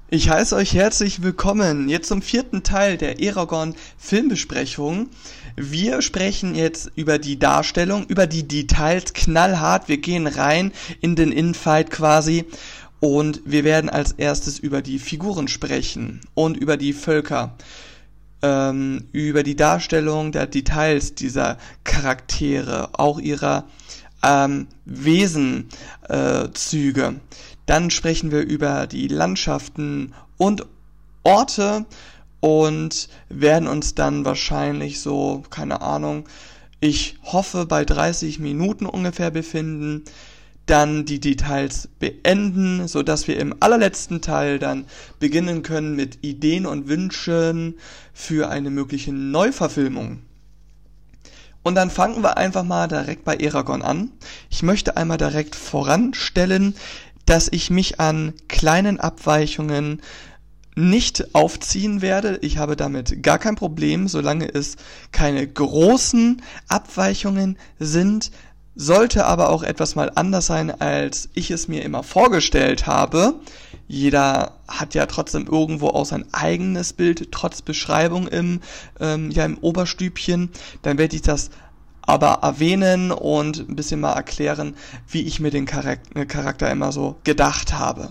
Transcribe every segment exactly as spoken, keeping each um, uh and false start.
Ich heiße euch herzlich willkommen jetzt zum vierten Teil der Eragon Filmbesprechung. Wir sprechen jetzt über die Darstellung, über die Details knallhart. Wir gehen rein in den Infight quasi und wir werden als erstes über die Figuren sprechen und über die Völker, ähm, über die Darstellung der Details dieser Charaktere, auch ihrer ähm, Wesenzüge. Äh, Dann sprechen wir über die Landschaften und Orte und werden uns dann wahrscheinlich so, keine Ahnung, ich hoffe bei dreißig Minuten ungefähr befinden, dann die Details beenden, sodass wir im allerletzten Teil dann beginnen können mit Ideen und Wünschen für eine mögliche Neuverfilmung. Und dann fangen wir einfach mal direkt bei Eragon an. Ich möchte einmal direkt voranstellen, dass ich mich an kleinen Abweichungen nicht aufziehen werde. Ich habe damit gar kein Problem, solange es keine großen Abweichungen sind. Sollte aber auch etwas mal anders sein, als ich es mir immer vorgestellt habe. Jeder hat ja trotzdem irgendwo auch sein eigenes Bild, trotz Beschreibung im, ähm, ja, im Oberstübchen. Dann werde ich das aber erwähnen und ein bisschen mal erklären, wie ich mir den Charakter immer so gedacht habe.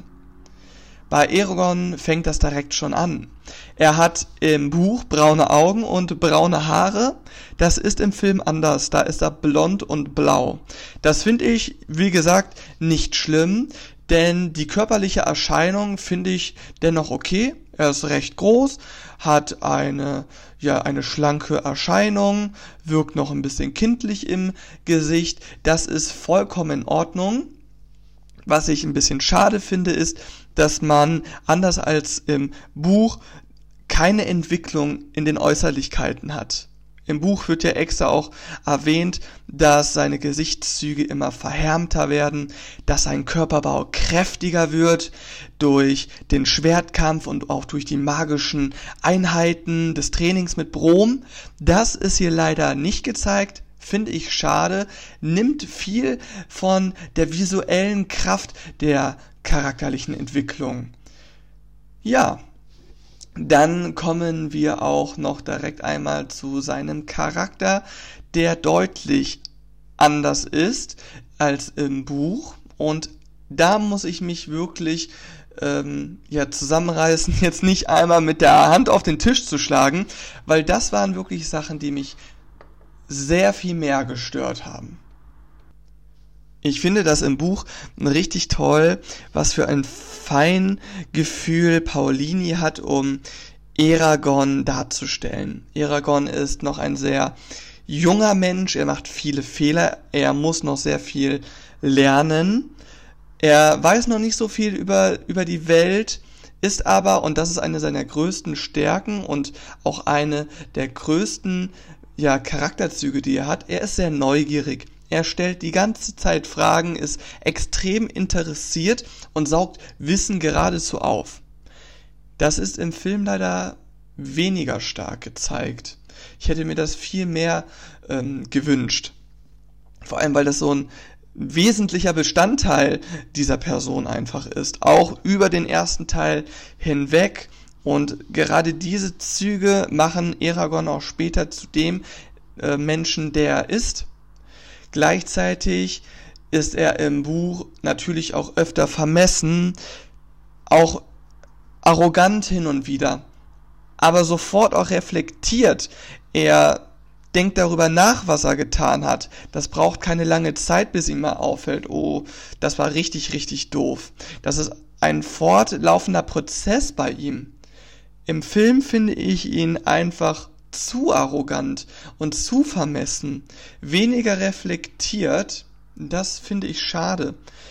Bei Eragon fängt das direkt schon an. Er hat im Buch braune Augen und braune Haare. Das ist im Film anders. Da ist er blond und blau. Das finde ich, wie gesagt, nicht schlimm, denn die körperliche Erscheinung finde ich dennoch okay. Er ist recht groß, hat eine, ja, eine schlanke Erscheinung, wirkt noch ein bisschen kindlich im Gesicht. Das ist vollkommen in Ordnung. Was ich ein bisschen schade finde, ist, dass man, anders als im Buch, keine Entwicklung in den Äußerlichkeiten hat. Im Buch wird ja extra auch erwähnt, dass seine Gesichtszüge immer verhärmter werden, dass sein Körperbau kräftiger wird durch den Schwertkampf und auch durch die magischen Einheiten des Trainings mit Brom. Das ist hier leider nicht gezeigt, finde ich schade, nimmt viel von der visuellen Kraft der charakterlichen Entwicklung. Ja. Dann kommen wir auch noch direkt einmal zu seinem Charakter, der deutlich anders ist als im Buch. Und da muss ich mich wirklich ähm, ja, zusammenreißen, jetzt nicht einmal mit der Hand auf den Tisch zu schlagen, weil das waren wirklich Sachen, die mich sehr viel mehr gestört haben. Ich finde das im Buch richtig toll, was für ein Feingefühl Paolini hat, um Eragon darzustellen. Eragon ist noch ein sehr junger Mensch, er macht viele Fehler, er muss noch sehr viel lernen. Er weiß noch nicht so viel über, über die Welt, ist aber, und das ist eine seiner größten Stärken und auch eine der größten ja, Charakterzüge, die er hat, er ist sehr neugierig. Er stellt die ganze Zeit Fragen, ist extrem interessiert und saugt Wissen geradezu auf. Das ist im Film leider weniger stark gezeigt. Ich hätte mir das viel mehr ähm, gewünscht. Vor allem, weil das so ein wesentlicher Bestandteil dieser Person einfach ist. Auch über den ersten Teil hinweg. Und gerade diese Züge machen Eragon auch später zu dem äh, Menschen, der er ist. Gleichzeitig ist er im Buch natürlich auch öfter vermessen, auch arrogant hin und wieder, aber sofort auch reflektiert. Er denkt darüber nach, was er getan hat. Das braucht keine lange Zeit, bis ihm mal auffällt, oh, das war richtig, richtig doof. Das ist ein fortlaufender Prozess bei ihm. Im Film finde ich ihn einfach zu arrogant und zu vermessen, weniger reflektiert, das finde ich schade.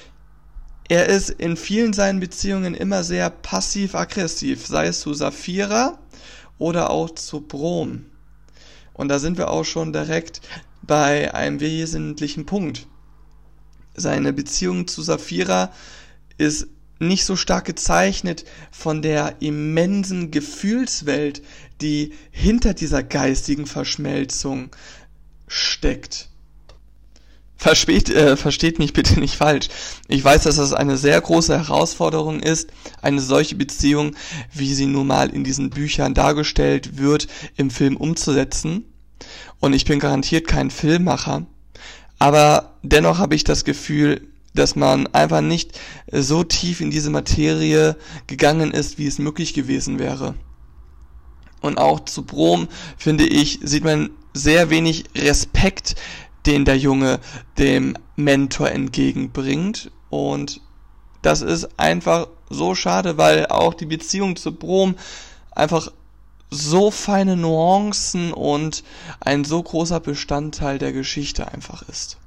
Er ist in vielen seinen Beziehungen immer sehr passiv-aggressiv, sei es zu Saphira oder auch zu Brom. Und da sind wir auch schon direkt bei einem wesentlichen Punkt. Seine Beziehung zu Saphira ist nicht so stark gezeichnet von der immensen Gefühlswelt, die hinter dieser geistigen Verschmelzung steckt. versteht, äh, versteht mich bitte nicht falsch. Ich weiß, dass das eine sehr große Herausforderung ist, eine solche Beziehung, wie sie nun mal in diesen Büchern dargestellt wird, im Film umzusetzen. Und ich bin garantiert kein Filmmacher. Aber dennoch habe ich das Gefühl, dass man einfach nicht so tief in diese Materie gegangen ist, wie es möglich gewesen wäre. Und auch zu Brom, finde ich, sieht man sehr wenig Respekt, den der Junge dem Mentor entgegenbringt. Und das ist einfach so schade, weil auch die Beziehung zu Brom einfach so feine Nuancen und ein so großer Bestandteil der Geschichte einfach ist.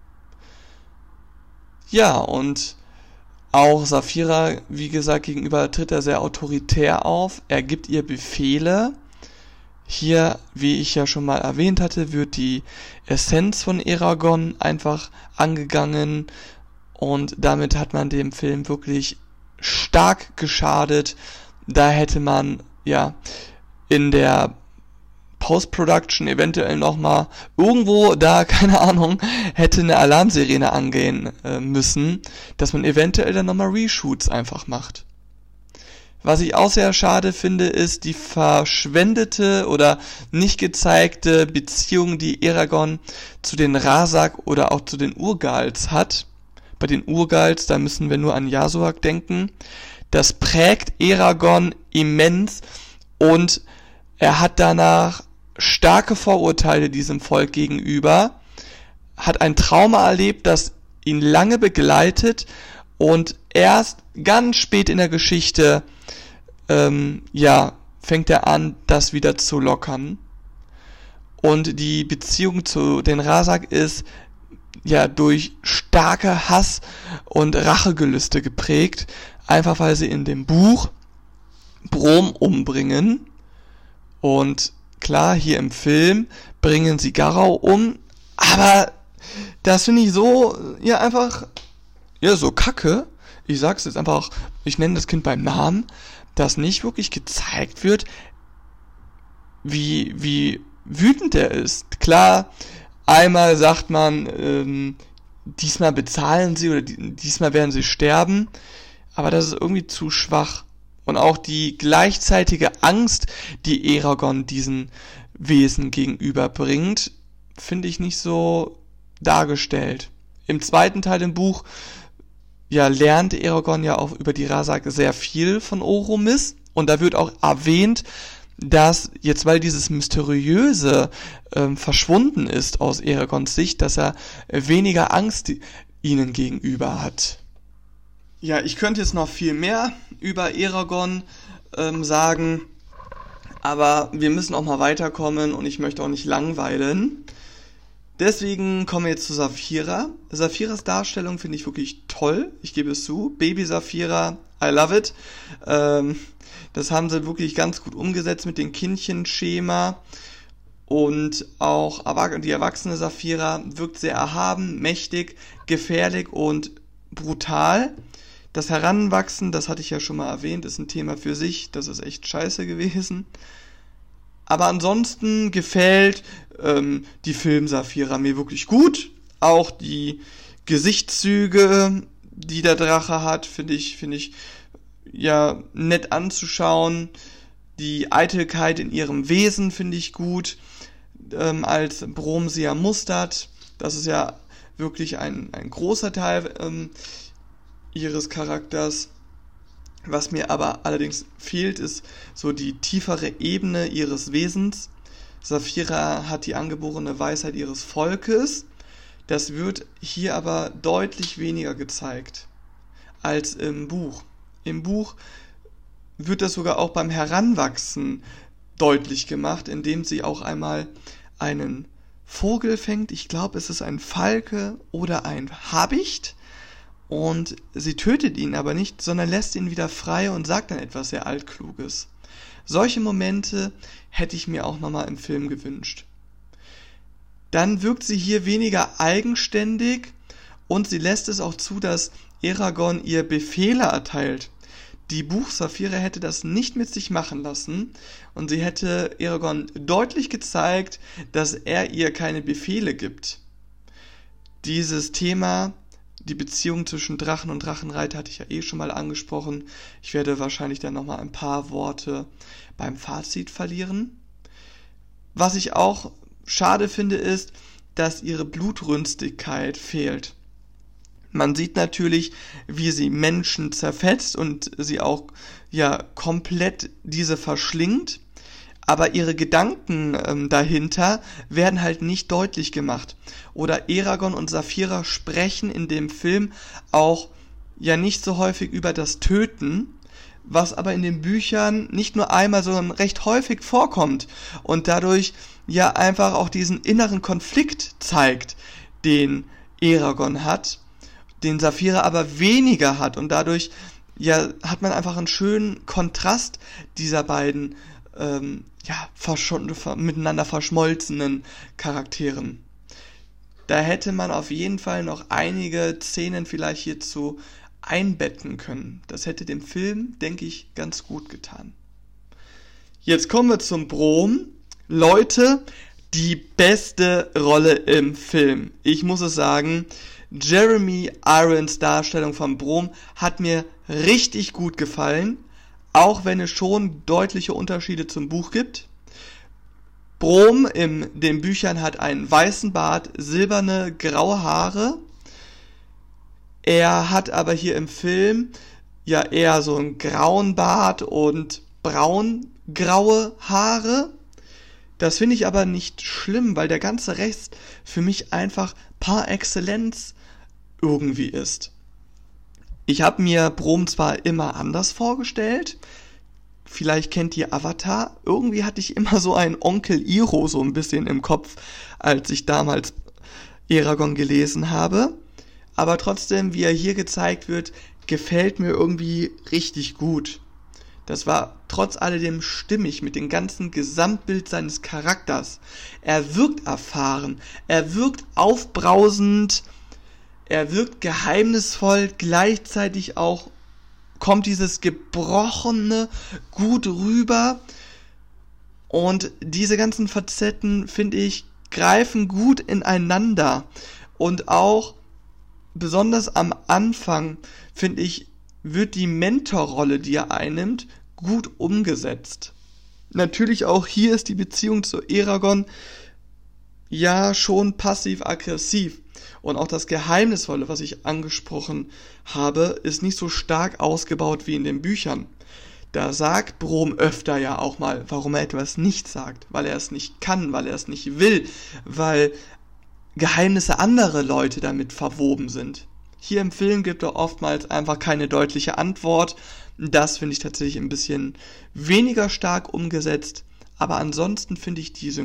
Ja, und auch Saphira, wie gesagt, gegenüber tritt er sehr autoritär auf. Er gibt ihr Befehle. Hier, wie ich ja schon mal erwähnt hatte, wird die Essenz von Eragon einfach angegangen und damit hat man dem Film wirklich stark geschadet. Da hätte man, ja, in der Post-Production eventuell nochmal irgendwo da, keine Ahnung, hätte eine Alarmsirene angehen äh, müssen, dass man eventuell dann nochmal Reshoots einfach macht. Was ich auch sehr schade finde, ist die verschwendete oder nicht gezeigte Beziehung, die Eragon zu den Razak oder auch zu den Urgals hat. Bei den Urgals, da müssen wir nur an Yasuak denken. Das prägt Eragon immens und er hat danach starke Vorurteile diesem Volk gegenüber, hat ein Trauma erlebt, das ihn lange begleitet und erst ganz spät in der Geschichte ähm, ja, fängt er an, das wieder zu lockern. Und die Beziehung zu den Razak ist ja durch starke Hass und Rachegelüste geprägt, einfach weil sie in dem Buch Brom umbringen. Und klar, hier im Film bringen sie Garau um, aber das finde ich so, ja, einfach, ja, so kacke. Ich sag's jetzt einfach, ich nenne das Kind beim Namen, dass nicht wirklich gezeigt wird, wie, wie wütend er ist. Klar, einmal sagt man, ähm, diesmal bezahlen sie oder diesmal werden sie sterben, aber das ist irgendwie zu schwach. Und auch die gleichzeitige Angst, die Eragon diesen Wesen gegenüberbringt, finde ich nicht so dargestellt. Im zweiten Teil im Buch ja, lernt Eragon ja auch über die Razak sehr viel von Oromis. Und da wird auch erwähnt, dass jetzt, weil dieses Mysteriöse ähm, verschwunden ist aus Eragons Sicht, dass er weniger Angst ihnen gegenüber hat. Ja, ich könnte jetzt noch viel mehr über Eragon ähm, sagen, aber wir müssen auch mal weiterkommen und ich möchte auch nicht langweilen. Deswegen kommen wir jetzt zu Saphira. Saphiras Darstellung finde ich wirklich toll, ich gebe es zu. Baby Saphira, I love it. Ähm, das haben sie wirklich ganz gut umgesetzt mit dem Kindchenschema. Und auch die erwachsene Saphira wirkt sehr erhaben, mächtig, gefährlich und brutal. Das Heranwachsen, das hatte ich ja schon mal erwähnt, ist ein Thema für sich. Das ist echt scheiße gewesen. Aber ansonsten gefällt ähm, die Film Saphira mir wirklich gut. Auch die Gesichtszüge, die der Drache hat, finde ich, finde ich ja nett anzuschauen. Die Eitelkeit in ihrem Wesen finde ich gut. Ähm, als Brom sie ja mustert. Das ist ja wirklich ein, ein großer Teil ähm, ihres Charakters. Was mir aber allerdings fehlt, ist so die tiefere Ebene ihres Wesens. Saphira hat die angeborene Weisheit ihres Volkes. Das wird hier aber deutlich weniger gezeigt als im Buch. Im Buch wird das sogar auch beim Heranwachsen deutlich gemacht, indem sie auch einmal einen Vogel fängt. Ich glaube, es ist ein Falke oder ein Habicht. Und sie tötet ihn aber nicht, sondern lässt ihn wieder frei und sagt dann etwas sehr Altkluges. Solche Momente hätte ich mir auch nochmal im Film gewünscht. Dann wirkt sie hier weniger eigenständig und sie lässt es auch zu, dass Eragon ihr Befehle erteilt. Die Buch Saphira hätte das nicht mit sich machen lassen und sie hätte Eragon deutlich gezeigt, dass er ihr keine Befehle gibt. Dieses Thema, die Beziehung zwischen Drachen und Drachenreiter, hatte ich ja eh schon mal angesprochen. Ich werde wahrscheinlich dann nochmal ein paar Worte beim Fazit verlieren. Was ich auch schade finde, ist, dass ihre Blutrünstigkeit fehlt. Man sieht natürlich, wie sie Menschen zerfetzt und sie auch ja komplett diese verschlingt, aber ihre Gedanken ähm, dahinter werden halt nicht deutlich gemacht. Oder Eragon und Saphira sprechen in dem Film auch ja nicht so häufig über das Töten, was aber in den Büchern nicht nur einmal, sondern recht häufig vorkommt und dadurch ja einfach auch diesen inneren Konflikt zeigt, den Eragon hat, den Saphira aber weniger hat, und dadurch ja hat man einfach einen schönen Kontrast dieser beiden ähm, ja versch- miteinander verschmolzenen Charakteren. Da hätte man auf jeden Fall noch einige Szenen vielleicht hierzu einbetten können. Das hätte dem Film, denke ich, ganz gut getan. Jetzt kommen wir zum Brom. Leute, die beste Rolle im Film. Ich muss es sagen, Jeremy Irons Darstellung von Brom hat mir richtig gut gefallen, auch wenn es schon deutliche Unterschiede zum Buch gibt. Brom in den Büchern hat einen weißen Bart, silberne, graue Haare. Er hat aber hier im Film ja eher so einen grauen Bart und braun-graue Haare. Das finde ich aber nicht schlimm, weil der ganze Rest für mich einfach par excellence irgendwie ist. Ich habe mir Brom zwar immer anders vorgestellt, vielleicht kennt ihr Avatar, irgendwie hatte ich immer so einen Onkel Iro so ein bisschen im Kopf, als ich damals Eragon gelesen habe, aber trotzdem, wie er hier gezeigt wird, gefällt mir irgendwie richtig gut. Das war trotz alledem stimmig mit dem ganzen Gesamtbild seines Charakters. Er wirkt erfahren, er wirkt aufbrausend, er wirkt geheimnisvoll, gleichzeitig auch kommt dieses Gebrochene gut rüber. Und diese ganzen Facetten, finde ich, greifen gut ineinander. Und auch besonders am Anfang, finde ich, wird die Mentorrolle, die er einnimmt, gut umgesetzt. Natürlich auch hier ist die Beziehung zu Eragon ja schon passiv-aggressiv. Und auch das Geheimnisvolle, was ich angesprochen habe, ist nicht so stark ausgebaut wie in den Büchern. Da sagt Brom öfter ja auch mal, warum er etwas nicht sagt, weil er es nicht kann, weil er es nicht will, weil Geheimnisse anderer Leute damit verwoben sind. Hier im Film gibt er oftmals einfach keine deutliche Antwort. Das finde ich tatsächlich ein bisschen weniger stark umgesetzt. Aber ansonsten finde ich die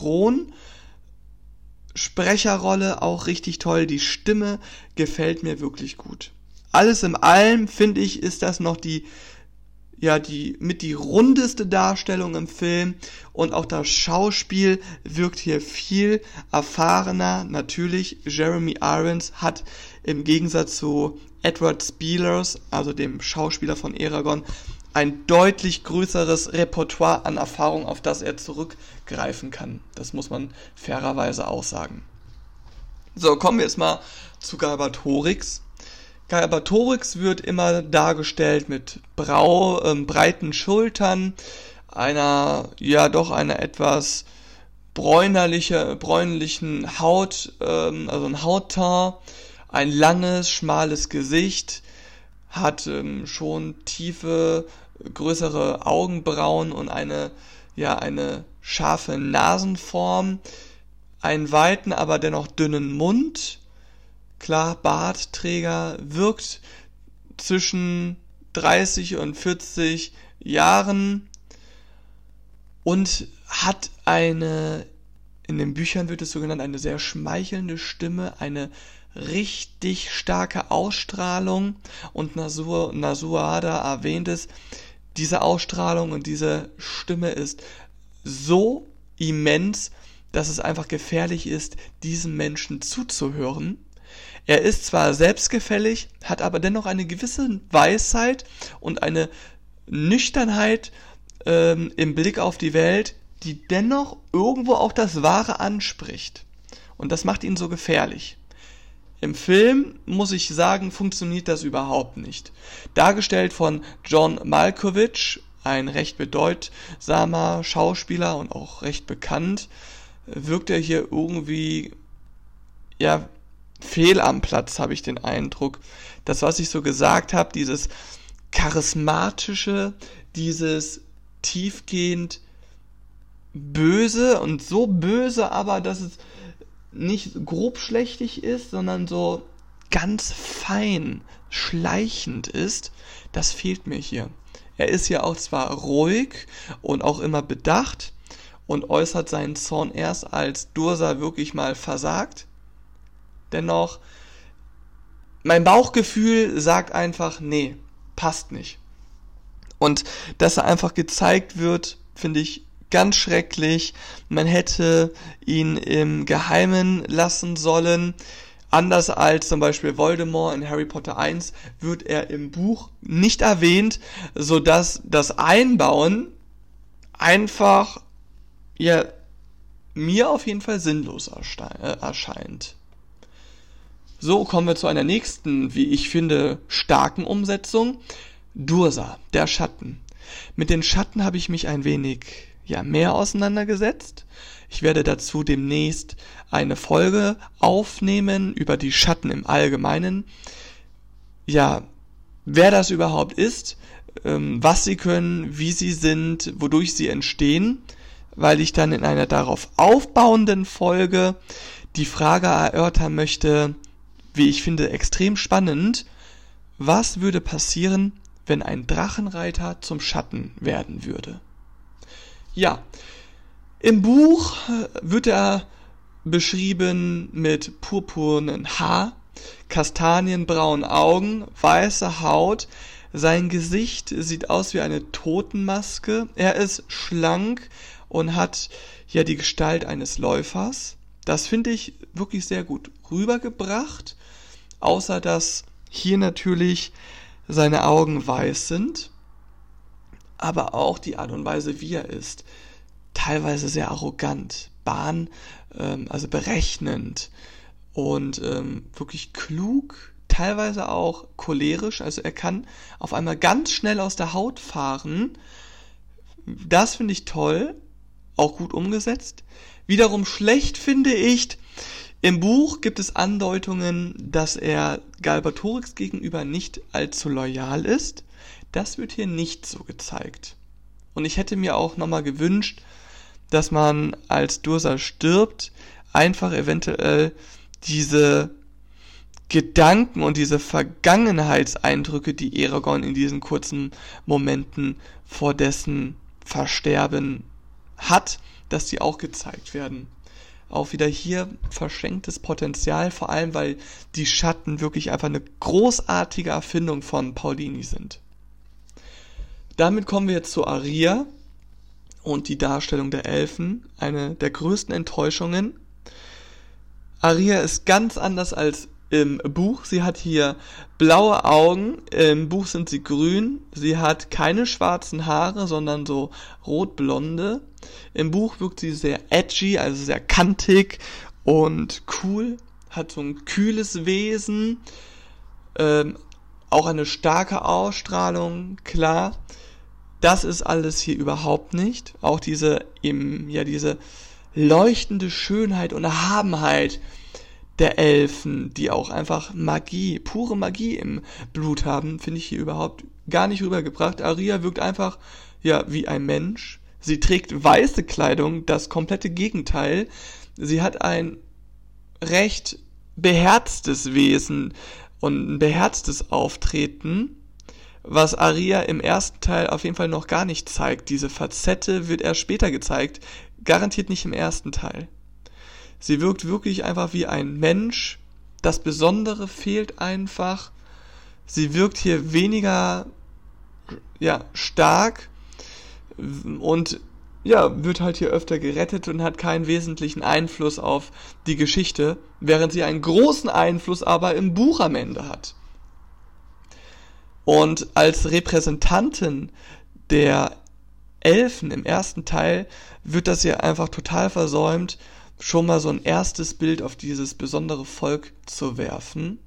Synchronsprecherrolle auch richtig toll. Die Stimme gefällt mir wirklich gut. Alles in allem, finde ich, ist das noch die ja, die mit die rundeste Darstellung im Film, und auch das Schauspiel wirkt hier viel erfahrener. Natürlich, Jeremy Irons hat im Gegensatz zu Edward Spielers, also dem Schauspieler von Eragon, ein deutlich größeres Repertoire an Erfahrung, auf das er zurückgreifen kann. Das muss man fairerweise auch sagen. So, kommen wir jetzt mal zu Galbatorix. Galbatorix wird immer dargestellt mit brau, ähm, breiten Schultern, einer, ja doch einer etwas bräunerliche, bräunlichen Haut, ähm, also ein Hautton, ein langes, schmales Gesicht, hat ähm, schon tiefe, größere Augenbrauen und eine, ja, eine scharfe Nasenform, einen weiten, aber dennoch dünnen Mund. Klar, Bartträger, wirkt zwischen dreißig und vierzig Jahren und hat eine, in den Büchern wird es so genannt, eine sehr schmeichelnde Stimme, eine richtig starke Ausstrahlung, und Nasur, Nasuada erwähnt es, diese Ausstrahlung und diese Stimme ist so immens, dass es einfach gefährlich ist, diesem Menschen zuzuhören. Er ist zwar selbstgefällig, hat aber dennoch eine gewisse Weisheit und eine Nüchternheit ähm, im Blick auf die Welt, die dennoch irgendwo auch das Wahre anspricht. Und das macht ihn so gefährlich. Im Film, muss ich sagen, funktioniert das überhaupt nicht. Dargestellt von John Malkovich, ein recht bedeutsamer Schauspieler und auch recht bekannt, wirkt er hier irgendwie, ja, fehl am Platz, habe ich den Eindruck. Das, was ich so gesagt habe, dieses charismatische, dieses tiefgehend böse und so böse aber, dass es nicht grobschlächtig ist, sondern so ganz fein, schleichend ist, das fehlt mir hier. Er ist ja auch zwar ruhig und auch immer bedacht und äußert seinen Zorn erst, als Dursa wirklich mal versagt. Dennoch, mein Bauchgefühl sagt einfach, nee, passt nicht. Und dass er einfach gezeigt wird, finde ich ganz schrecklich. Man hätte ihn im Geheimen lassen sollen. Anders als zum Beispiel Voldemort in Harry Potter eins wird er im Buch nicht erwähnt, sodass das Einbauen einfach, ja, mir auf jeden Fall sinnlos erscheint. So, kommen wir zu einer nächsten, wie ich finde, starken Umsetzung. Dursa, der Schatten. Mit den Schatten habe ich mich ein wenig, ja, mehr auseinandergesetzt. Ich werde dazu demnächst eine Folge aufnehmen über die Schatten im Allgemeinen. Ja, wer das überhaupt ist, ähm, was sie können, wie sie sind, wodurch sie entstehen, weil ich dann in einer darauf aufbauenden Folge die Frage erörtern möchte, wie ich finde, extrem spannend, was würde passieren, wenn ein Drachenreiter zum Schatten werden würde? Ja, im Buch wird er beschrieben mit purpurnen Haar, kastanienbraunen Augen, weißer Haut. Sein Gesicht sieht aus wie eine Totenmaske. Er ist schlank und hat ja die Gestalt eines Läufers. Das finde ich wirklich sehr gut rübergebracht, außer dass hier natürlich seine Augen weiß sind, aber auch die Art und Weise, wie er ist, teilweise sehr arrogant, bahn, ähm, also berechnend und ähm, wirklich klug, teilweise auch cholerisch, also er kann auf einmal ganz schnell aus der Haut fahren. Das finde ich toll, auch gut umgesetzt. Wiederum schlecht finde ich, im Buch gibt es Andeutungen, dass er Galbatorix gegenüber nicht allzu loyal ist. Das wird hier nicht so gezeigt. Und ich hätte mir auch nochmal gewünscht, dass man, als Dursa stirbt, einfach eventuell diese Gedanken und diese Vergangenheitseindrücke, die Eragon in diesen kurzen Momenten vor dessen Versterben hat, dass die auch gezeigt werden. Auch wieder hier verschenktes Potenzial, vor allem weil die Schatten wirklich einfach eine großartige Erfindung von Paulini sind. Damit kommen wir jetzt zu Aria und die Darstellung der Elfen, eine der größten Enttäuschungen. Aria ist ganz anders als im Buch. Sie hat hier blaue Augen, im Buch sind sie grün, sie hat keine schwarzen Haare, sondern so rotblonde. Im Buch wirkt sie sehr edgy, also sehr kantig und cool, hat so ein kühles Wesen, ähm, auch eine starke Ausstrahlung, klar. Das ist alles hier überhaupt nicht. Auch diese, eben, ja, diese leuchtende Schönheit und Erhabenheit der Elfen, die auch einfach Magie, pure Magie im Blut haben, finde ich hier überhaupt gar nicht rübergebracht. Aria wirkt einfach, ja, wie ein Mensch. Sie trägt weiße Kleidung, das komplette Gegenteil. Sie hat ein recht beherztes Wesen und ein beherztes Auftreten, was Aria im ersten Teil auf jeden Fall noch gar nicht zeigt. Diese Facette wird erst später gezeigt, garantiert nicht im ersten Teil. Sie wirkt wirklich einfach wie ein Mensch. Das Besondere fehlt einfach. Sie wirkt hier weniger, ja, stark und ja, wird halt hier öfter gerettet und hat keinen wesentlichen Einfluss auf die Geschichte, während sie einen großen Einfluss aber im Buch am Ende hat. Und als Repräsentantin der Elfen im ersten Teil wird das hier einfach total versäumt, schon mal so ein erstes Bild auf dieses besondere Volk zu werfen.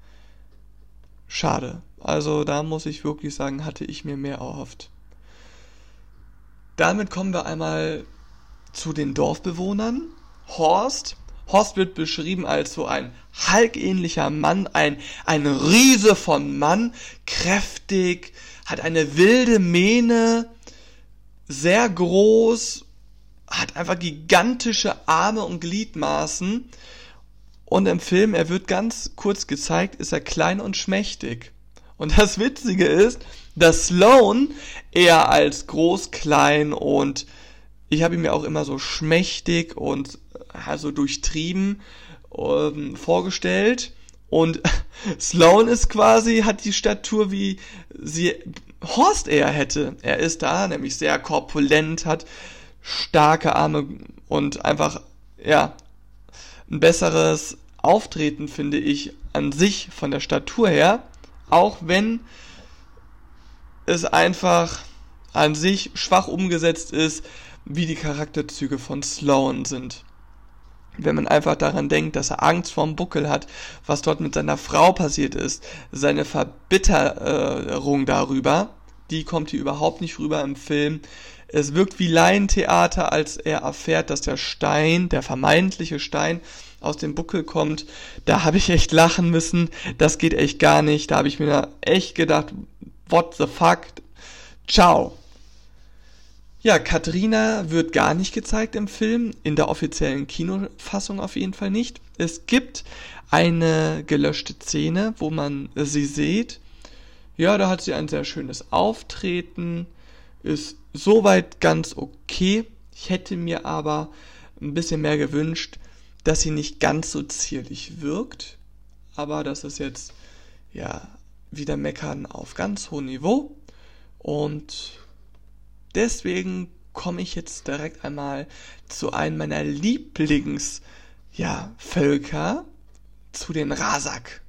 Schade. Also da muss ich wirklich sagen, hatte ich mir mehr erhofft. Damit kommen wir einmal zu den Dorfbewohnern. Horst. Horst wird beschrieben als so ein Hulk-ähnlicher Mann, ein, ein Riese von Mann, kräftig, hat eine wilde Mähne, sehr groß, hat einfach gigantische Arme und Gliedmaßen. Und im Film, er wird ganz kurz gezeigt, ist er klein und schmächtig. Und das Witzige ist, dass Sloane eher als groß, klein und ich habe ihn mir auch immer so schmächtig und also durchtrieben ähm, vorgestellt. Und Sloane ist quasi, hat die Statur, wie sie Horst eher hätte. Er ist da nämlich sehr korpulent, hat starke Arme und einfach, ja, ein besseres Auftreten, finde ich, an sich von der Statur her, auch wenn es einfach an sich schwach umgesetzt ist, wie die Charakterzüge von Sloane sind. Wenn man einfach daran denkt, dass er Angst vorm Buckel hat, was dort mit seiner Frau passiert ist, seine Verbitterung darüber, die kommt hier überhaupt nicht rüber im Film. Es wirkt wie Laientheater, als er erfährt, dass der Stein, der vermeintliche Stein, aus dem Buckel kommt. Da habe ich echt lachen müssen. Das geht echt gar nicht. Da habe ich mir echt gedacht, what the fuck? Ciao. Ja, Katrina wird gar nicht gezeigt im Film, in der offiziellen Kinofassung auf jeden Fall nicht. Es gibt eine gelöschte Szene, wo man sie sieht. Ja, da hat sie ein sehr schönes Auftreten, ist soweit ganz okay. Ich hätte mir aber ein bisschen mehr gewünscht, dass sie nicht ganz so zierlich wirkt. Aber das ist jetzt, ja, wieder Meckern auf ganz hohem Niveau. Und deswegen komme ich jetzt direkt einmal zu einem meiner Lieblings, ja, Völker, zu den Rasak.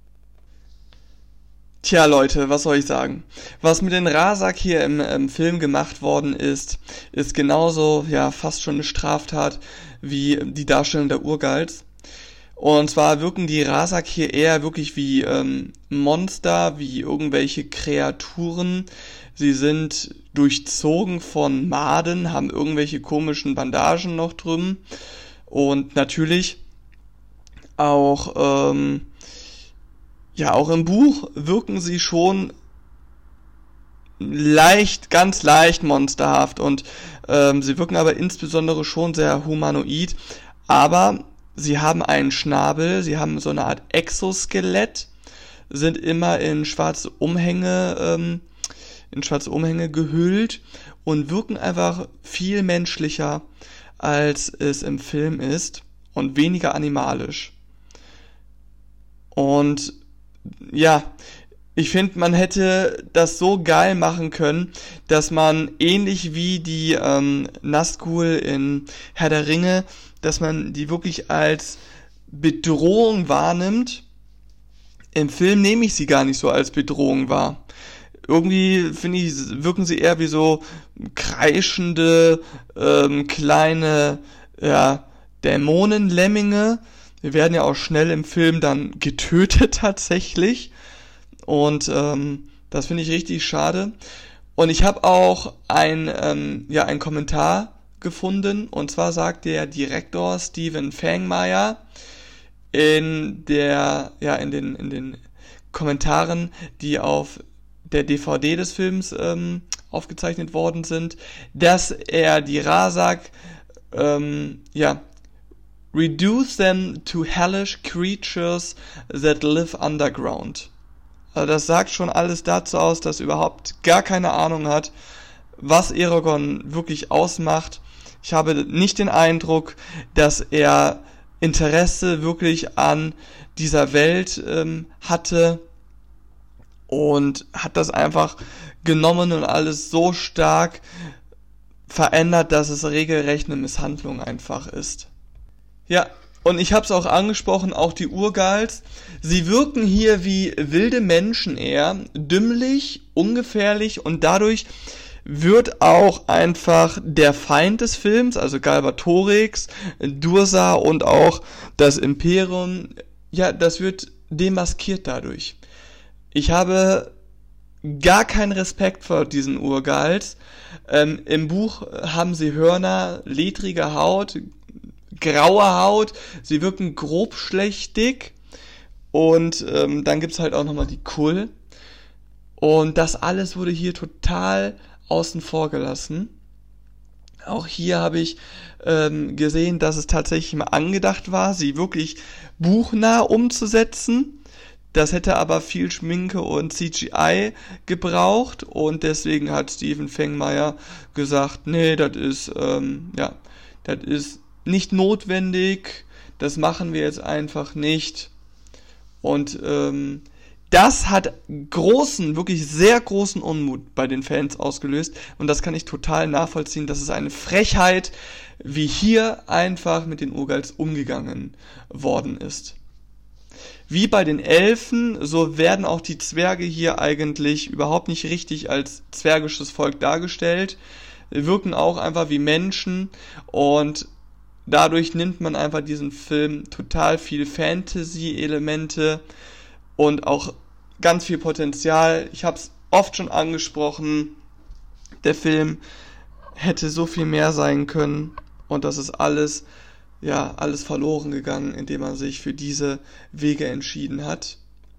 Tja, Leute, was soll ich sagen? Was mit den Rasak hier im, im Film gemacht worden ist, ist genauso, ja, fast schon eine Straftat wie die Darstellung der Urgals. Und zwar wirken die Rasak hier eher wirklich wie ähm, Monster, wie irgendwelche Kreaturen. Sie sind durchzogen von Maden, haben irgendwelche komischen Bandagen noch drüben. Und natürlich auch, ähm, ja, auch im Buch wirken sie schon leicht, ganz leicht monsterhaft. Und ähm, sie wirken aber insbesondere schon sehr humanoid. Aber sie haben einen Schnabel, sie haben so eine Art Exoskelett, sind immer in schwarze Umhänge, ähm, in schwarze Umhänge gehüllt und wirken einfach viel menschlicher, als es im Film ist und weniger animalisch. Und ja, ich finde, man hätte das so geil machen können, dass man ähnlich wie die ähm, Nazgul in Herr der Ringe, dass man die wirklich als Bedrohung wahrnimmt. Im Film nehme ich sie gar nicht so als Bedrohung wahr. Irgendwie, finde ich, wirken sie eher wie so kreischende, ähm, kleine, ja, Dämonenlemminge. Wir werden ja auch schnell im Film dann getötet tatsächlich. Und ähm, das finde ich richtig schade. Und ich habe auch ein, ähm, ja, einen Kommentar gefunden. Und zwar sagt der Direktor Steven Fangmeier in der, ja, in den, in den Kommentaren, die auf der D V D des Films ähm, aufgezeichnet worden sind, dass er die Rasak, ähm, ja, reduce them to hellish creatures that live underground. Also das sagt schon alles dazu aus, dass er überhaupt gar keine Ahnung hat, was Eragon wirklich ausmacht. Ich habe nicht den Eindruck, dass er Interesse wirklich an dieser Welt ähm, hatte und hat das einfach genommen und alles so stark verändert, dass es regelrecht eine Misshandlung einfach ist. Ja, und ich habe es auch angesprochen, auch die Urgals, sie wirken hier wie wilde Menschen eher, dümmlich, ungefährlich und dadurch wird auch einfach der Feind des Films, also Galbatorix, Dursa und auch das Imperium, ja, das wird demaskiert dadurch. Ich habe gar keinen Respekt vor diesen Urgals. Ähm, Im Buch haben sie Hörner, ledrige Haut, graue Haut, sie wirken grobschlächtig und ähm, dann gibt's halt auch nochmal die Kull. Und das alles wurde hier total außen vor gelassen. Auch hier habe ich ähm, gesehen, dass es tatsächlich mal angedacht war, sie wirklich buchnah umzusetzen. Das hätte aber viel Schminke und C G I gebraucht und deswegen hat Steven Fengmeier gesagt, nee, das ist, ähm, ja, das ist nicht notwendig, das machen wir jetzt einfach nicht. Und ähm, das hat großen, wirklich sehr großen Unmut bei den Fans ausgelöst und das kann ich total nachvollziehen. Das ist eine Frechheit, wie hier einfach mit den Urgals umgegangen worden ist. Wie bei den Elfen, so werden auch die Zwerge hier eigentlich überhaupt nicht richtig als zwergisches Volk dargestellt, wirken auch einfach wie Menschen und dadurch nimmt man einfach diesen Film total viel Fantasy-Elemente und auch ganz viel Potenzial. Ich habe es oft schon angesprochen, der Film hätte so viel mehr sein können und das ist alles, ja, alles verloren gegangen, indem man sich für diese Wege entschieden hat.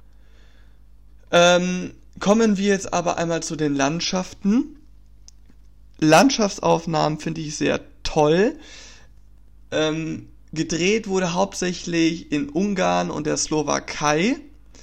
Ähm, kommen wir jetzt aber einmal zu den Landschaften. Landschaftsaufnahmen finde ich sehr toll. Ähm, gedreht wurde hauptsächlich in Ungarn und der Slowakei.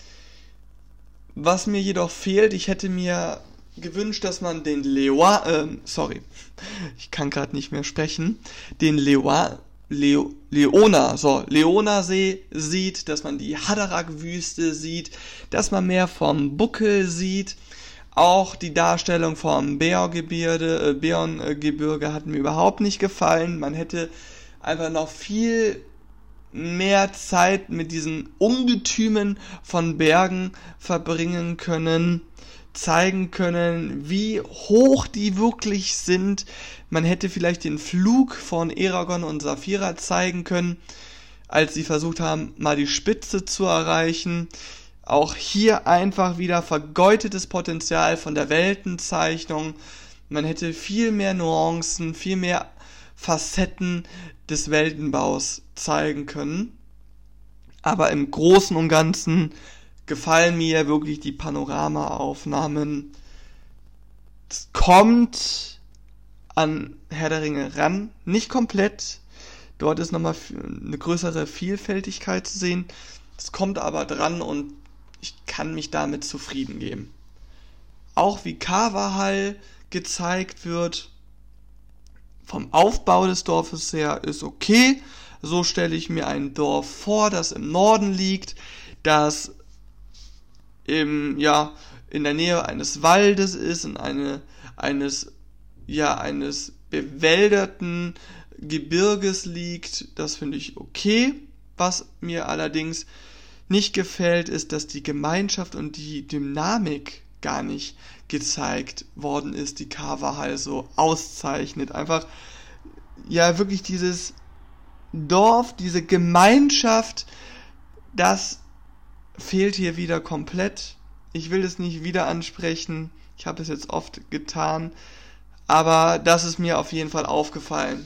Was mir jedoch fehlt, ich hätte mir gewünscht, dass man den Lewa, äh, sorry, ich kann gerade nicht mehr sprechen, den Lewa, Leo, Leona, so, Leonasee sieht, dass man die Haderach-Wüste sieht, dass man mehr vom Buckel sieht. Auch die Darstellung vom Beorgebirge, äh, Beorngebirge hat mir überhaupt nicht gefallen. Man hätte einfach noch viel mehr Zeit mit diesen Ungetümen von Bergen verbringen können, zeigen können, wie hoch die wirklich sind. Man hätte vielleicht den Flug von Eragon und Saphira zeigen können, als sie versucht haben, mal die Spitze zu erreichen. Auch hier einfach wieder vergeudetes Potenzial von der Weltenzeichnung. Man hätte viel mehr Nuancen, viel mehr Facetten des Weltenbaus zeigen können. Aber im Großen und Ganzen gefallen mir wirklich die Panoramaaufnahmen. Es kommt an Herr der Ringe ran, nicht komplett. Dort ist nochmal eine größere Vielfältigkeit zu sehen. Es kommt aber dran und ich kann mich damit zufrieden geben. Auch wie Carvahall gezeigt wird, vom Aufbau des Dorfes her ist okay. So stelle ich mir ein Dorf vor, das im Norden liegt, das im, ja, in der Nähe eines Waldes ist, in eine, eines, ja, eines bewälderten Gebirges liegt. Das finde ich okay. Was mir allerdings nicht gefällt, ist, dass die Gemeinschaft und die Dynamik gar nicht gezeigt worden ist, die Carvahall so auszeichnet. Einfach, ja, wirklich dieses Dorf, diese Gemeinschaft, das fehlt hier wieder komplett. Ich will es nicht wieder ansprechen, ich habe es jetzt oft getan, aber das ist mir auf jeden Fall aufgefallen.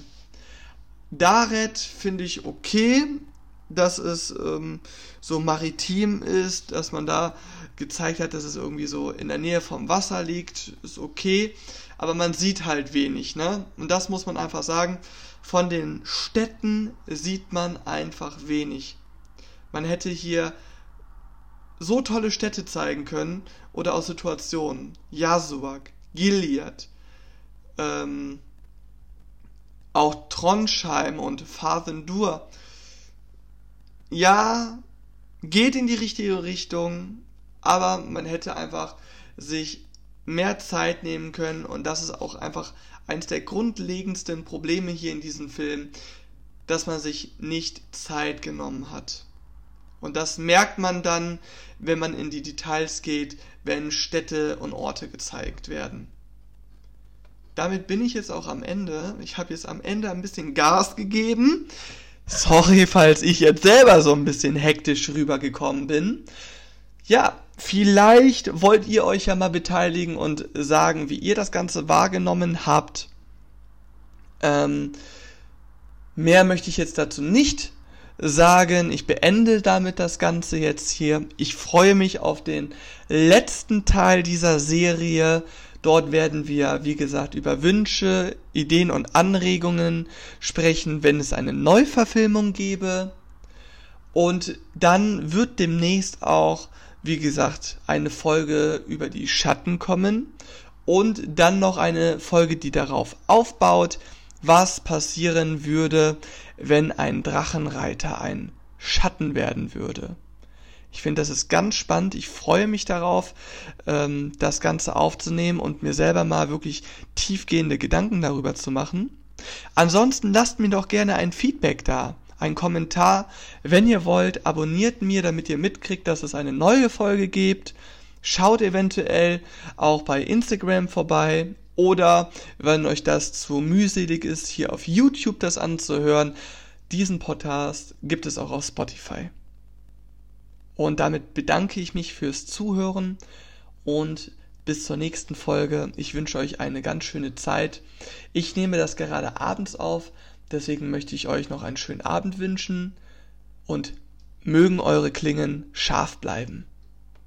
Daret finde ich okay, dass es ähm, so maritim ist, dass man da gezeigt hat, dass es irgendwie so in der Nähe vom Wasser liegt, ist okay, aber man sieht halt wenig, ne? Und das muss man einfach sagen, von den Städten sieht man einfach wenig. Man hätte hier so tolle Städte zeigen können oder auch Situationen. Yasuak, Gilead, ähm, auch Trondheim und Fathendur. Ja, geht in die richtige Richtung, aber man hätte einfach sich mehr Zeit nehmen können und das ist auch einfach eines der grundlegendsten Probleme hier in diesem Film, dass man sich nicht Zeit genommen hat. Und das merkt man dann, wenn man in die Details geht, wenn Städte und Orte gezeigt werden. damit bin ich jetzt auch am Ende. Ich habe jetzt am Ende ein bisschen Gas gegeben. Sorry, falls ich jetzt selber so ein bisschen hektisch rübergekommen bin. Ja, vielleicht wollt ihr euch ja mal beteiligen und sagen, wie ihr das Ganze wahrgenommen habt. Ähm, mehr möchte ich jetzt dazu nicht sagen. Ich beende damit das Ganze jetzt hier. Ich freue mich auf den letzten Teil dieser Serie. Dort werden wir, wie gesagt, über Wünsche, Ideen und Anregungen sprechen, wenn es eine Neuverfilmung gäbe. Und dann wird demnächst auch, wie gesagt, eine Folge über die Schatten kommen. Und dann noch eine Folge, die darauf aufbaut, was passieren würde, wenn ein Drachenreiter ein Schatten werden würde. Ich finde, das ist ganz spannend. Ich freue mich darauf, ähm, das Ganze aufzunehmen und mir selber mal wirklich tiefgehende Gedanken darüber zu machen. Ansonsten lasst mir doch gerne ein Feedback da, einen Kommentar. Wenn ihr wollt, abonniert mir, damit ihr mitkriegt, dass es eine neue Folge gibt. Schaut eventuell auch bei Instagram vorbei. Oder, wenn euch das zu mühselig ist, hier auf YouTube das anzuhören, diesen Podcast gibt es auch auf Spotify. Und damit bedanke ich mich fürs Zuhören und bis zur nächsten Folge. Ich wünsche euch eine ganz schöne Zeit. Ich nehme das gerade abends auf, deswegen möchte ich euch noch einen schönen Abend wünschen und mögen eure Klingen scharf bleiben.